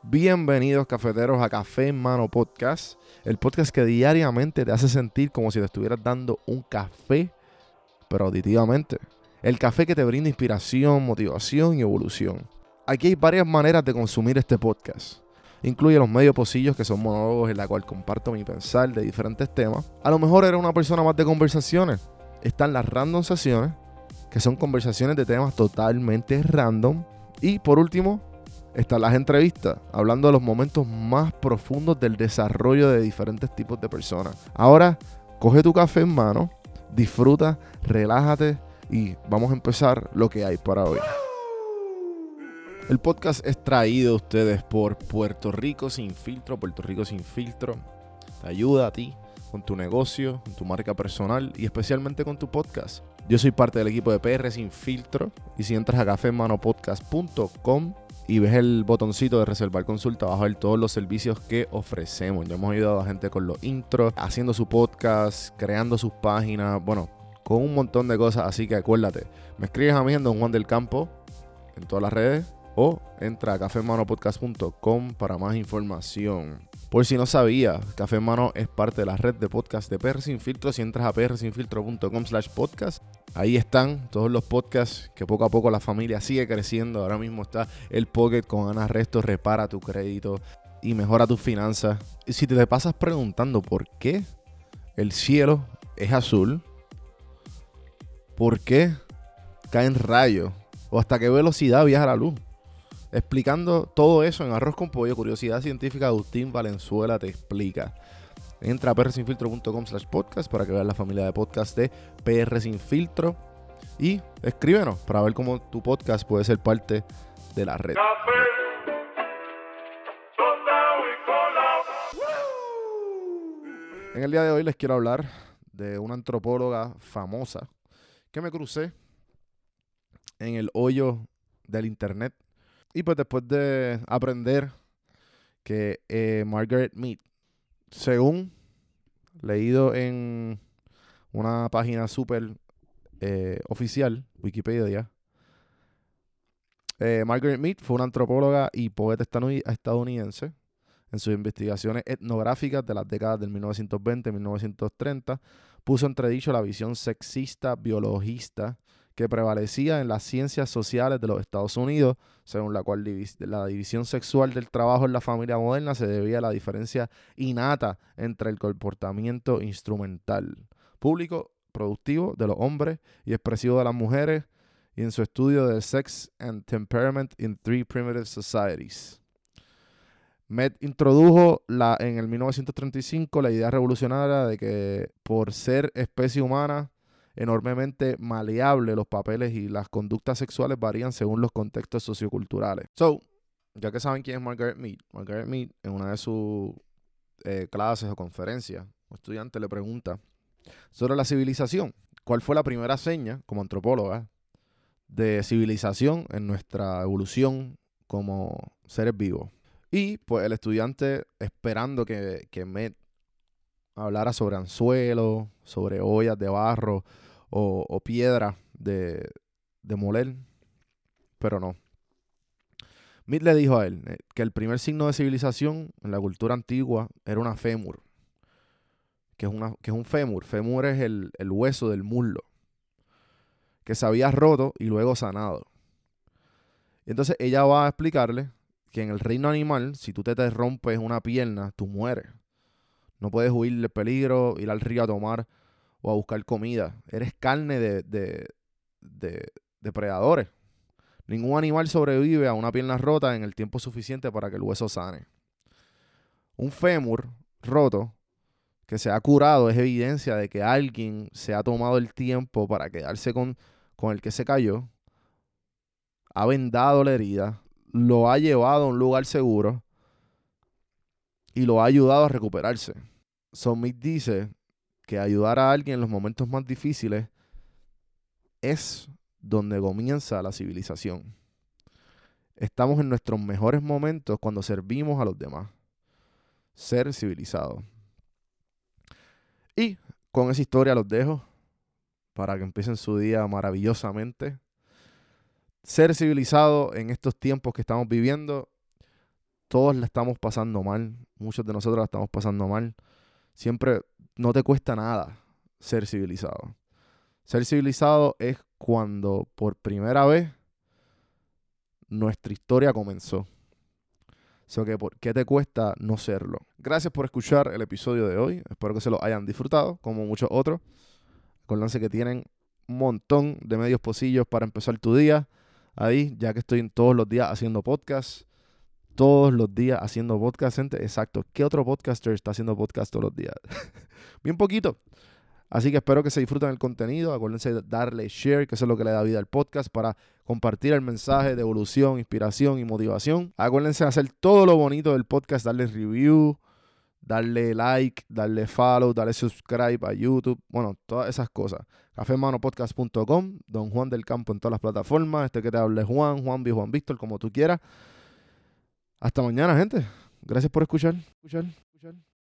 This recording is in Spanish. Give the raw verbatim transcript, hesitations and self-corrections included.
Bienvenidos cafeteros a Café en Mano Podcast, el podcast que diariamente te hace sentir como si te estuvieras dando un café, pero auditivamente. El café que te brinda inspiración, motivación y evolución. Aquí hay varias maneras de consumir este podcast. Incluye los medios pocillos, que son monólogos en la cual comparto mi pensar de diferentes temas. A lo mejor eres una persona más de conversaciones. Están las random sesiones, que son conversaciones de temas totalmente random. Y por último, están las entrevistas, hablando de los momentos más profundos del desarrollo de diferentes tipos de personas. Ahora, coge tu café en mano, disfruta, relájate y vamos a empezar lo que hay para hoy. El podcast es traído a ustedes por Puerto Rico Sin Filtro. Puerto Rico Sin Filtro te ayuda a ti con tu negocio, con tu marca personal y especialmente con tu podcast. Yo soy parte del equipo de P R Sin Filtro y si entras a café en mano podcast punto com y ves el botoncito de reservar consulta, vas a ver todos los servicios que ofrecemos. Ya hemos ayudado a gente con los intros, haciendo su podcast, creando sus páginas, bueno, con un montón de cosas. Así que acuérdate, me escribes a mí en Don Juan del Campo en todas las redes o entra a café en mano podcast punto com para más información. Por si no sabía, Café en Mano es parte de la red de podcast de P R Sin Filtro. Si entras a p r sin filtro punto com slash podcast, ahí están todos los podcasts que poco a poco la familia sigue creciendo. Ahora mismo está el Pocket con Ana Resto, repara tu crédito y mejora tus finanzas. Y si te pasas preguntando por qué el cielo es azul, por qué caen rayos o hasta qué velocidad viaja la luz, explicando todo eso en Arroz con Pollo, Curiosidad Científica, Agustín Valenzuela te explica. Entra a p r sin filtro punto com slash podcast para que veas la familia de podcast de P R Sin Filtro y escríbenos para ver cómo tu podcast puede ser parte de la red. En el día de hoy les quiero hablar de una antropóloga famosa que me crucé en el hoyo del internet. Y pues después de aprender que eh, Margaret Mead, según leído en una página súper eh, oficial, Wikipedia, eh, Margaret Mead fue una antropóloga y poeta estadounidense. En sus investigaciones etnográficas de las décadas del mil novecientos veinte y mil novecientos treinta, puso entredicho la visión sexista biologista que prevalecía en las ciencias sociales de los Estados Unidos, según la cual divis- la división sexual del trabajo en la familia moderna se debía a la diferencia innata entre el comportamiento instrumental, público, productivo de los hombres y expresivo de las mujeres, y en su estudio de Sex and Temperament in Three Primitive Societies. Mead introdujo la, en el mil novecientos treinta y cinco la idea revolucionaria de que por ser especie humana enormemente maleable, los papeles y las conductas sexuales varían según los contextos socioculturales. So, ya que saben quién es Margaret Mead, Margaret Mead en una de sus eh, clases o conferencias, un estudiante le pregunta sobre la civilización. ¿Cuál fue la primera seña, como antropóloga, de civilización en nuestra evolución como seres vivos? Y pues el estudiante, esperando que, que Mead hablara sobre anzuelos, sobre ollas de barro o, o piedra de, de moler, pero no. Mead le dijo a él eh, que el primer signo de civilización en la cultura antigua era una fémur, que es, una, que es un fémur. Fémur es el, el hueso del muslo, que se había roto y luego sanado. Y entonces ella va a explicarle que en el reino animal, si tú te, te rompes una pierna, tú mueres. No puedes huir del peligro, ir al río a tomar o a buscar comida. Eres carne de, de, de depredadores. Ningún animal sobrevive a una pierna rota en el tiempo suficiente para que el hueso sane. Un fémur roto que se ha curado es evidencia de que alguien se ha tomado el tiempo para quedarse con, con el que se cayó, ha vendado la herida, lo ha llevado a un lugar seguro y lo ha ayudado a recuperarse. Smith dice que ayudar a alguien en los momentos más difíciles es donde comienza la civilización. Estamos en nuestros mejores momentos cuando servimos a los demás. Ser civilizado. Y con esa historia los dejo para que empiecen su día maravillosamente. Ser civilizado en estos tiempos que estamos viviendo, todos la estamos pasando mal. Muchos de nosotros la estamos pasando mal. Siempre no te cuesta nada ser civilizado. Ser civilizado es cuando por primera vez nuestra historia comenzó. O sea, que ¿por qué te cuesta no serlo? Gracias por escuchar el episodio de hoy. Espero que se lo hayan disfrutado, como muchos otros. Acuérdense que tienen un montón de medios pocillos para empezar tu día. Ahí, ya que estoy todos los días haciendo podcast. Todos los días haciendo podcast, gente. Exacto. ¿Qué otro podcaster está haciendo podcast todos los días? Bien poquito. Así que espero que se disfruten el contenido. Acuérdense de darle share, que eso es lo que le da vida al podcast, para compartir el mensaje de evolución, inspiración y motivación. Acuérdense de hacer todo lo bonito del podcast, darle review, darle like, darle follow, darle subscribe a YouTube. Bueno, todas esas cosas. café mano podcast punto com, Don Juan del Campo en todas las plataformas. Este que te hable es Juan, Juan B, Juan Víctor, como tú quieras. Hasta mañana, gente. Gracias por escuchar. escuchar, escuchar.